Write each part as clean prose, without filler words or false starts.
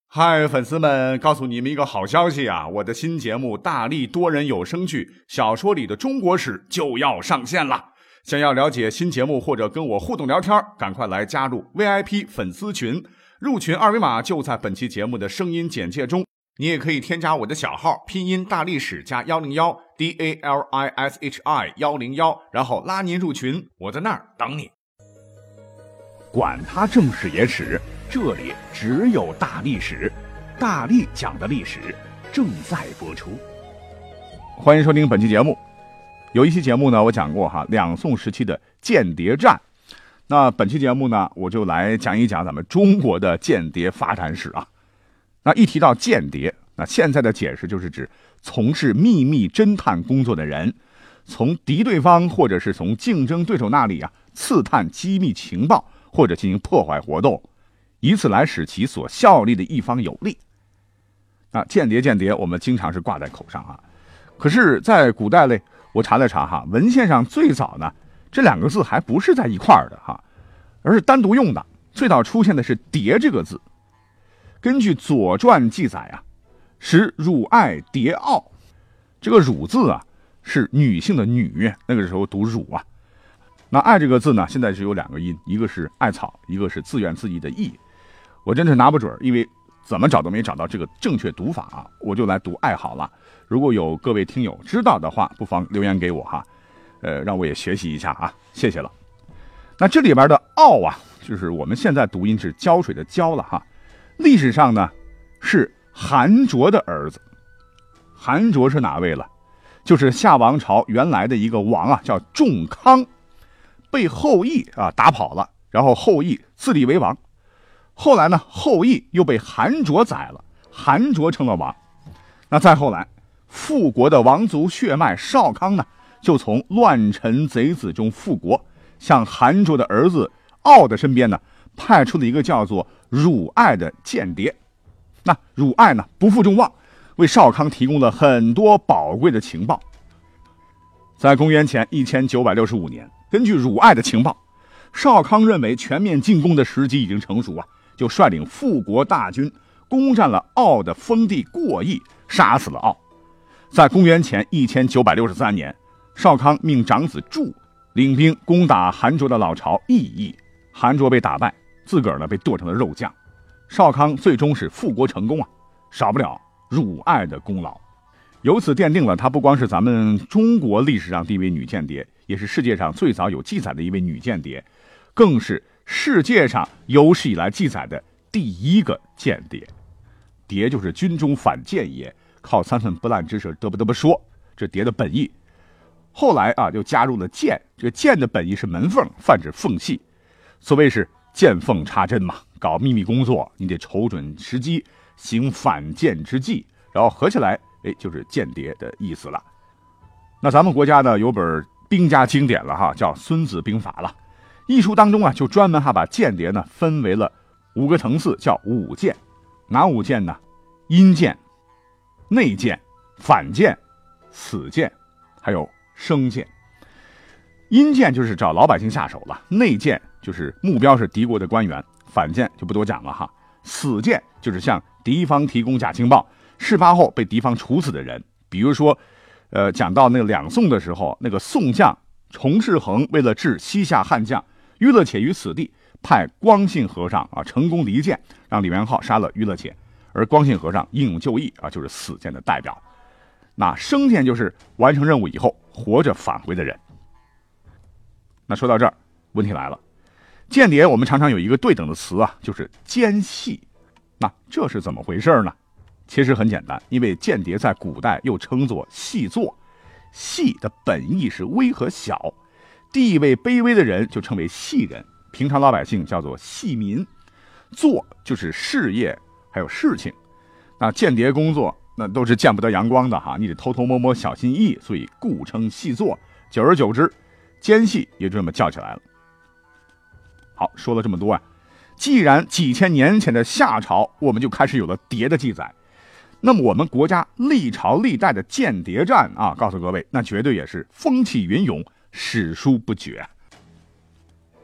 嗨，粉丝们，告诉你们一个好消息啊！我的新节目《大力多人有声剧小说里的中国史》就要上线了。想要了解新节目或者跟我互动聊天，赶快来加入 VIP 粉丝群，入群二维码就在本期节目的声音简介中。你也可以添加我的小号，拼音大历史加101 DALISHI 101，然后拉您入群，我在那儿等你。管他正史野史，这里只有大历史，大力讲的历史正在播出。欢迎收听本期节目。有一期节目呢，我讲过两宋时期的间谍战。那本期节目呢，我就来讲一讲咱们中国的间谍发展史啊。那一提到间谍，那现在的解释就是指从事秘密侦探工作的人，从敌对方或者是从竞争对手那里刺探机密情报，或者进行破坏活动，以此来使其所效力的一方有利。间谍我们经常是挂在口上可是在古代嘞，我查了查文献上最早呢，这两个字还不是在一块儿的而是单独用的。最早出现的是谍这个字。根据《左传》记载使汝爱谍傲，这个汝字是女性的女，那个时候读汝那爱这个字呢，现在是有两个音，一个是艾草，一个是自怨自艾的艾。我真是拿不准，因为怎么找都没找到这个正确读法我就来读爱好了。如果有各位听友知道的话，不妨留言给我让我也学习一下谢谢了。那这里边的傲就是我们现在读音是胶水的胶了历史上呢是韩卓的儿子。韩卓是哪位了？就是夏王朝原来的一个王叫仲康，被后羿打跑了，然后后羿自立为王。后来呢，后羿又被韩卓宰了，韩卓成了王。那再后来，复国的王族血脉少康呢，就从乱臣贼子中复国，向韩卓的儿子傲的身边呢，派出了一个叫做汝爱的间谍。那汝爱呢，不负众望，为少康提供了很多宝贵的情报。在公元前1965年，根据汝爱的情报，少康认为全面进攻的时机已经成熟就率领复国大军攻占了傲的封地过邑，杀死了傲。在公元前1963年，少康命长子柱领兵攻打韩卓的老巢义邑，韩卓被打败，自个儿呢被剁成了肉酱。少康最终是复国成功少不了汝爱的功劳。由此奠定了她不光是咱们中国历史上第一位女间谍，也是世界上最早有记载的一位女间谍，更是世界上有史以来记载的第一个间谍。谍就是军中反间也，靠三分不烂之舌嘚不说，这谍的本意。后来就加入了间，这个间的本意是门缝，泛指缝隙。所谓是见缝插针嘛，搞秘密工作你得瞅准时机，行反间之计，然后合起来就是间谍的意思了。那咱们国家呢有本兵家经典了叫《孙子兵法》了。一书当中就专门把间谍呢分为了5个层次，叫5间。哪5间呢？阴间、内间、反间、死间，还有生间。阴间就是找老百姓下手了，内间就是目标是敌国的官员，反间就不多讲了死间就是向敌方提供假情报，事发后被敌方处死的人。比如说讲到那个两宋的时候，那个宋将崇世恒为了治西夏悍将于勒且于此地，派光信和尚成功离间，让李元昊杀了于勒且，而光信和尚英勇就义就是死间的代表。那生间就是完成任务以后活着返回的人。那说到这儿，问题来了，间谍我们常常有一个对等的词就是奸细。那这是怎么回事呢？其实很简单，因为间谍在古代又称作细作，细的本意是微和小，地位卑微的人就称为细人，平常老百姓叫做细民。作就是事业还有事情，那间谍工作那都是见不得阳光的你得偷偷摸摸小心翼翼，所以故称细作。久而久之，奸细也就这么叫起来了。好，说了这么多既然几千年前的夏朝我们就开始有了谍的记载，那么我们国家历朝历代的间谍战告诉各位，那绝对也是风起云涌，史书不绝。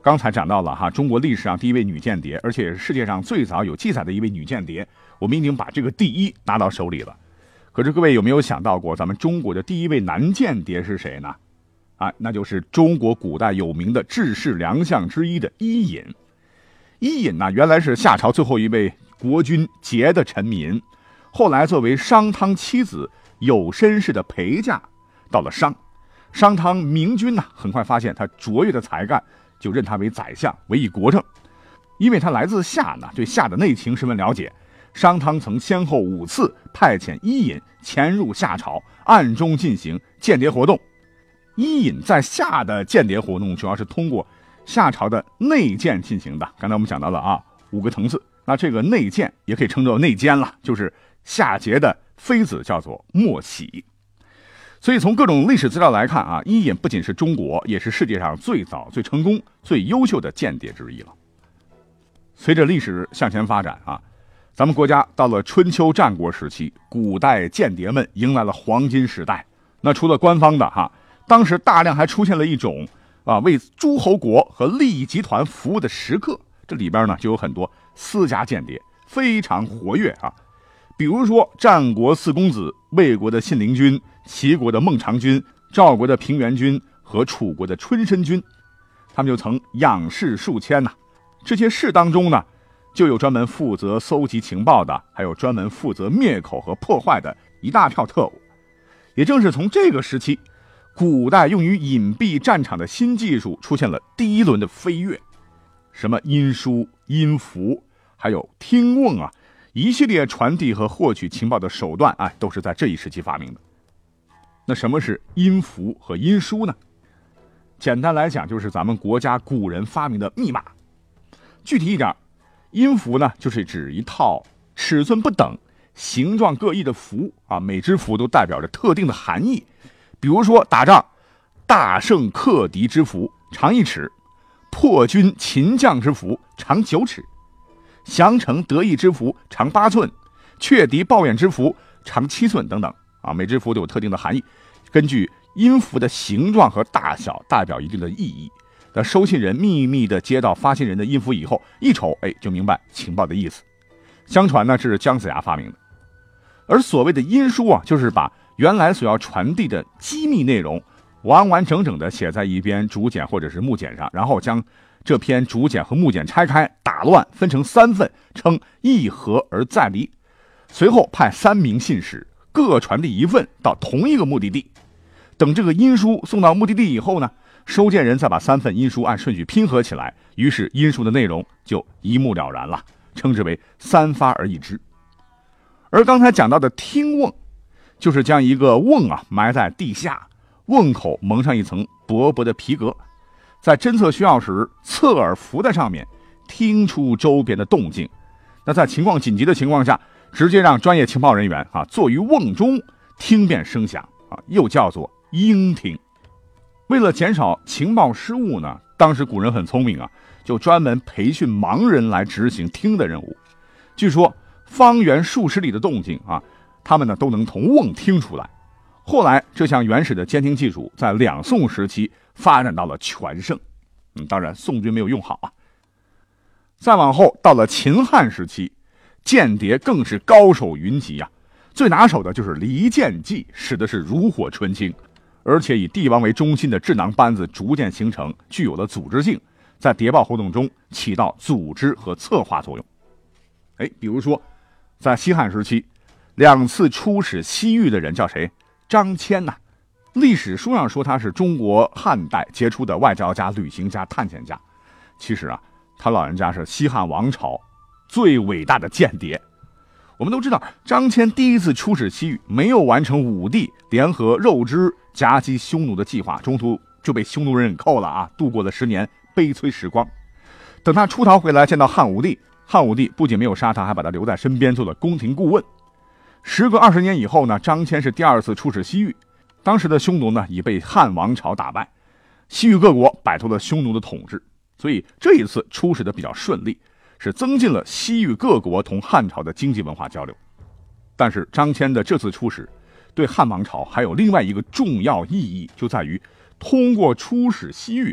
刚才讲到了哈，中国历史上第一位女间谍，而且也是世界上最早有记载的一位女间谍，我们已经把这个第一拿到手里了。可是各位有没有想到过，咱们中国的第一位男间谍是谁呢？那就是中国古代有名的治世良相之一的伊尹。伊尹呢，原来是夏朝最后一位国君桀的臣民，后来作为商汤妻子有身氏的陪嫁到了商汤明君呢，很快发现他卓越的才干，就任他为宰相，委以国政。因为他来自夏呢，对夏的内情十分了解，商汤曾先后5次派遣伊尹潜入夏朝，暗中进行间谍活动。伊尹在夏的间谍活动主要是通过夏朝的内监进行的。刚才我们讲到了5个层次，那这个内监也可以称作内监了，就是夏桀的妃子叫做莫喜。所以从各种历史资料来看伊尹不仅是中国，也是世界上最早、最成功、最优秀的间谍之一了。随着历史向前发展咱们国家到了春秋战国时期，古代间谍们迎来了黄金时代。那除了官方的当时大量还出现了一种为诸侯国和利益集团服务的食客，这里边呢就有很多私家间谍，非常活跃比如说战国4公子，魏国的信陵君，齐国的孟尝君，赵国的平原君和楚国的春申君，他们就曾养士数千这些士当中呢，就有专门负责搜集情报的，还有专门负责灭口和破坏的一大票特务。也正是从这个时期，古代用于隐蔽战场的新技术出现了第一轮的飞跃，什么音书、音符，还有听瓮一系列传递和获取情报的手段都是在这一时期发明的。那什么是音符和音书呢？简单来讲，就是咱们国家古人发明的密码。具体一点，音符呢，就是指一套尺寸不等、形状各异的符每只符都代表着特定的含义。比如说打仗，大胜克敌之符长1尺，破军擒将之符长9尺，降城得意之符长8寸，却敌抱怨之符长7寸等等每只符都有特定的含义，根据音符的形状和大小代表一定的意义。那收信人秘密的接到发信人的音符以后，一瞅就明白情报的意思。相传呢，这是姜子牙发明的。而所谓的音书就是把原来所要传递的机密内容完完整整的写在一边竹简或者是木简上，然后将这篇竹简和木简拆开打乱，分成3份，称一合而再离，随后派3名信使各传递1份到同一个目的地。等这个音书送到目的地以后呢，收件人再把3份音书按顺序拼合起来，于是音书的内容就一目了然了，称之为3发而一之。而刚才讲到的听瓮，就是将一个瓮埋在地下，瓮口蒙上一层薄薄的皮革，在侦测需要时侧耳伏在上面，听出周边的动静。那在情况紧急的情况下，直接让专业情报人员坐于瓮中听辨声响又叫做音听。为了减少情报失误呢，当时古人很聪明就专门培训盲人来执行听的任务。据说方圆数十里的动静他们呢都能从瓮听出来。后来这项原始的监听技术在2宋时期发展到了全盛，当然宋军没有用好再往后到了秦汉时期，间谍更是高手云集最拿手的就是离间计，使的是炉火纯青，而且以帝王为中心的智囊班子逐渐形成，具有了组织性，在谍报活动中起到组织和策划作用。比如说在西汉时期2次出使西域的人叫谁？张骞历史书上说他是中国汉代杰出的外交家、旅行家、探险家。其实他老人家是西汉王朝最伟大的间谍。我们都知道，张骞第一次出使西域，没有完成武帝联合肉支夹击匈奴的计划，中途就被匈奴人忍扣了度过了10年悲催时光。等他出逃回来，见到汉武帝，汉武帝不仅没有杀他，还把他留在身边做了宫廷顾问。时隔20年以后呢，张骞是第2次出使西域，当时的匈奴呢已被汉王朝打败，西域各国摆脱了匈奴的统治，所以这一次出使的比较顺利，是增进了西域各国同汉朝的经济文化交流。但是张骞的这次出使对汉王朝还有另外一个重要意义，就在于通过出使西域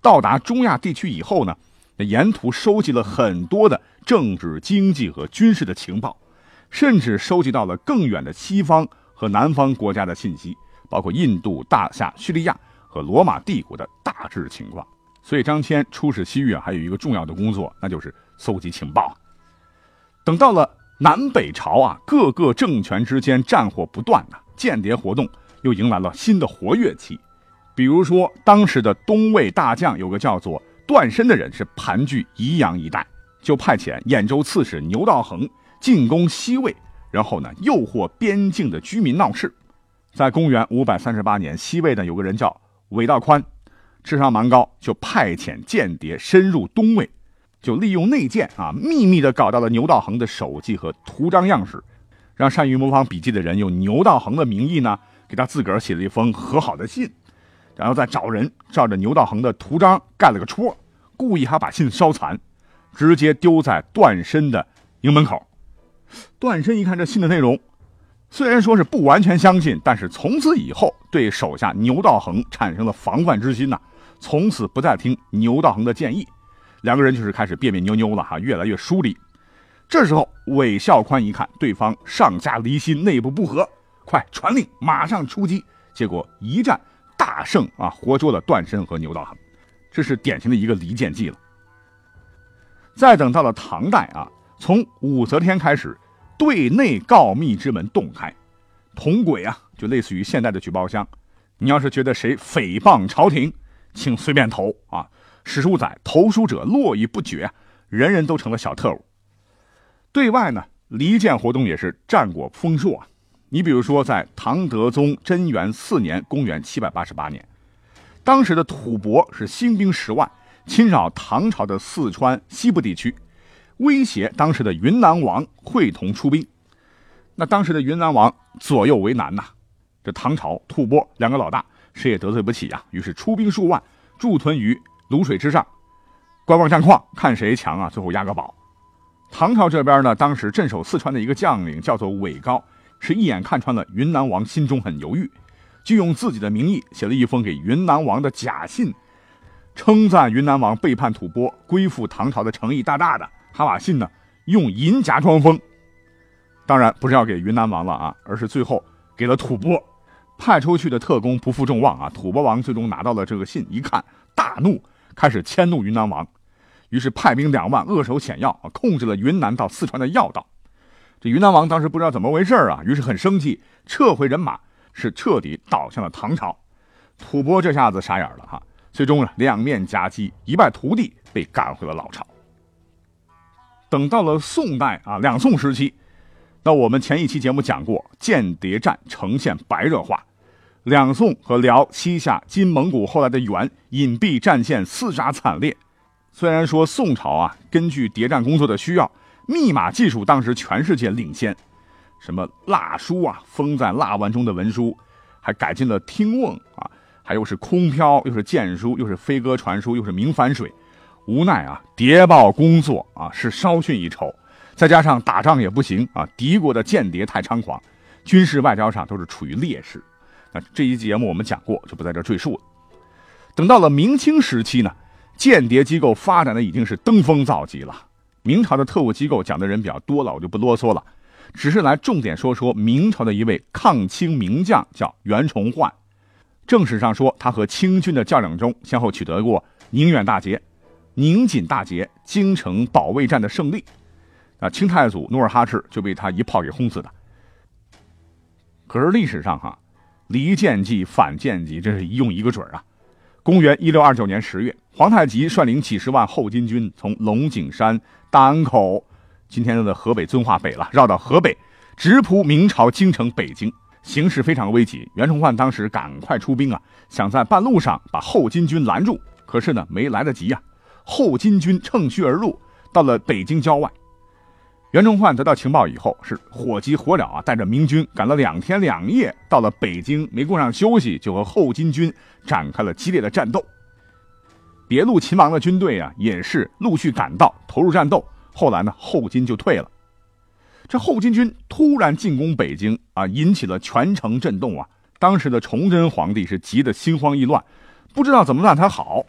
到达中亚地区以后呢，沿途收集了很多的政治、经济和军事的情报，甚至收集到了更远的西方和南方国家的信息，包括印度、大夏、叙利亚和罗马帝国的大致情况。所以张骞出使西域还有一个重要的工作，那就是搜集情报。等到了南北朝各个政权之间战火不断，间谍活动又迎来了新的活跃期。比如说当时的东魏大将有个叫做段申的人是盘踞宜阳一带，就派遣兖州刺史牛道衡进攻西魏，然后呢诱惑边境的居民闹事。在公元538年，西魏呢有个人叫韦道宽，智商蛮高，就派遣间谍深入东魏，就利用内奸秘密的搞到了牛道衡的手记和图章样式，让善于模仿笔记的人用牛道衡的名义呢给他自个儿写了一封和好的信，然后再找人照着牛道衡的图章盖了个戳，故意还把信烧残，直接丢在段申的营门口。段申一看这信的内容，虽然说是不完全相信，但是从此以后对手下牛道衡产生了防范之心从此不再听牛道衡的建议，两个人就是开始别别扭扭了越来越疏离。这时候韦孝宽一看对方上下离心，内部不和，快传令马上出击，结果一战大胜活捉了段申和牛道衡，这是典型的一个离间计了。再等到了唐代从武则天开始，对内告密之门洞开，铜轨就类似于现代的举报箱，你要是觉得谁诽谤朝廷，请随便投史书载投书者络绎不绝，人人都成了小特务。对外呢，离间活动也是战果丰硕你比如说在唐德宗贞元4年公元788年，当时的吐蕃是兴兵10万，侵扰唐朝的四川西部地区，威胁当时的云南王会同出兵。那当时的云南王左右为难这唐朝吐蕃两个老大谁也得罪不起于是出兵数万，驻屯于泸水之上，观望战况，看谁强最后押个宝。唐朝这边呢，当时镇守四川的一个将领叫做韦高，是一眼看穿了云南王心中很犹豫，就用自己的名义写了一封给云南王的假信，称赞云南王背叛吐蕃归附唐朝的诚意大大的，还把信呢用银夹装封。当然不是要给云南王了而是最后给了吐蕃。派出去的特工不负众望吐蕃王最终拿到了这个信，一看大怒，开始迁怒云南王，于是派兵2万扼守险要控制了云南到四川的要道。这云南王当时不知道怎么回事于是很生气，撤回人马，是彻底倒向了唐朝。吐蕃这下子傻眼了最终两面夹击，一败涂地，被赶回了老巢。等到了宋代两宋时期，那我们前一期节目讲过，间谍战呈现白热化，两宋和辽、西夏、金蒙古后来的元隐蔽战线厮杀惨烈。虽然说宋朝根据谍战工作的需要，密码技术当时全世界领先，什么蜡书封在蜡丸中的文书，还改进了听瓮还有是空飘，又是箭书，又是飞鸽传书，又是明矾水。无奈谍报工作是稍逊一筹，再加上打仗也不行敌国的间谍太猖狂，军事外交上都是处于劣势。那这一节目我们讲过，就不在这赘述了。等到了明清时期呢，间谍机构发展的已经是登峰造极了。明朝的特务机构讲的人比较多了，我就不啰嗦了，只是来重点说说明朝的一位抗清名将，叫袁崇焕。正史上说他和清军的较量中先后取得过宁远大捷、宁锦大捷、京城保卫战的胜利。清太祖努尔哈赤就被他一炮给轰死的。可是历史上离间计、反间计真是一用一个准公元1629年10月，皇太极率领几十万后金军从龙井山、大安口，今天的河北遵化北了，绕到河北，直扑明朝京城北京，形势非常危急。袁崇焕当时赶快出兵想在半路上把后金军拦住，可是呢没来得及后金军乘虚而入，到了北京郊外。袁崇焕得到情报以后，是火急火燎带着明军赶了2天2夜，到了北京，没顾上休息，就和后金军展开了激烈的战斗。别路秦王的军队也是陆续赶到，投入战斗。后来呢，后金就退了。这后金军突然进攻北京引起了全城震动当时的崇祯皇帝是急得心慌意乱，不知道怎么办才好。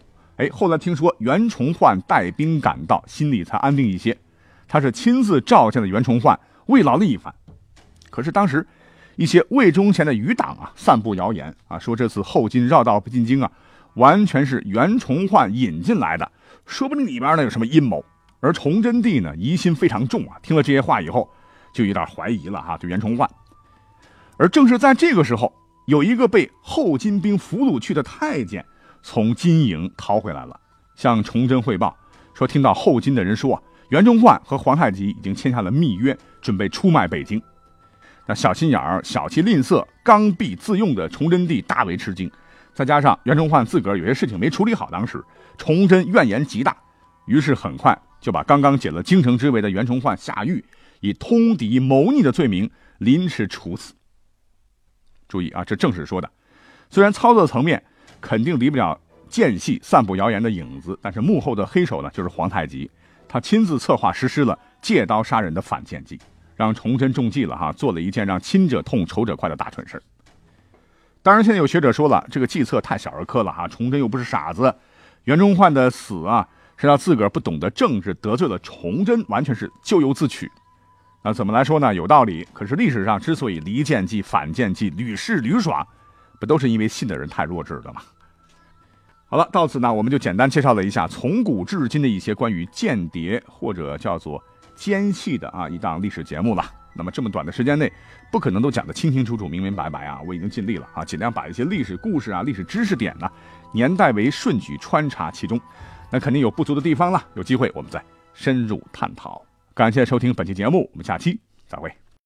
后来听说袁崇焕带兵赶到，心里才安定一些。他是亲自召见了袁崇焕，慰劳了一番。可是当时一些魏忠贤的余党散布谣言说这次后金绕道不进京完全是袁崇焕引进来的，说不定里边呢有什么阴谋。而崇祯帝呢疑心非常重听了这些话以后就有点怀疑了对袁崇焕。而正是在这个时候，有一个被后金兵俘虏去的太监从金营逃回来了，向崇祯汇报说听到后金的人说袁崇焕和皇太极已经签下了密约，准备出卖北京。那小心眼儿、小气吝啬、刚愎自用的崇祯帝大为吃惊，再加上袁崇焕自个儿有些事情没处理好，当时崇祯怨言极大，于是很快就把刚刚解了京城之围的袁崇焕下狱，以通敌谋逆的罪名凌迟处死。注意这正史说的，虽然操作层面肯定离不了间隙散布谣言的影子，但是幕后的黑手呢就是皇太极，他亲自策划实施了借刀杀人的反间计，让崇祯中计了做了一件让亲者痛仇者快的大蠢事。当然现在有学者说了，这个计策太小儿科了崇祯又不是傻子，袁崇焕的死是他自个儿不懂得政治，得罪了崇祯，完全是咎由自取。那怎么来说呢？有道理。可是历史上之所以离间计、反间计屡试屡爽，不都是因为信的人太弱智了吗？好了，到此呢，我们就简单介绍了一下从古至今的一些关于间谍或者叫做奸细的一档历史节目了。那么这么短的时间内，不可能都讲得清清楚楚、明明白白我已经尽力了尽量把一些历史故事历史知识点年代为顺序穿插其中。那肯定有不足的地方了，有机会我们再深入探讨。感谢收听本期节目，我们下期再会。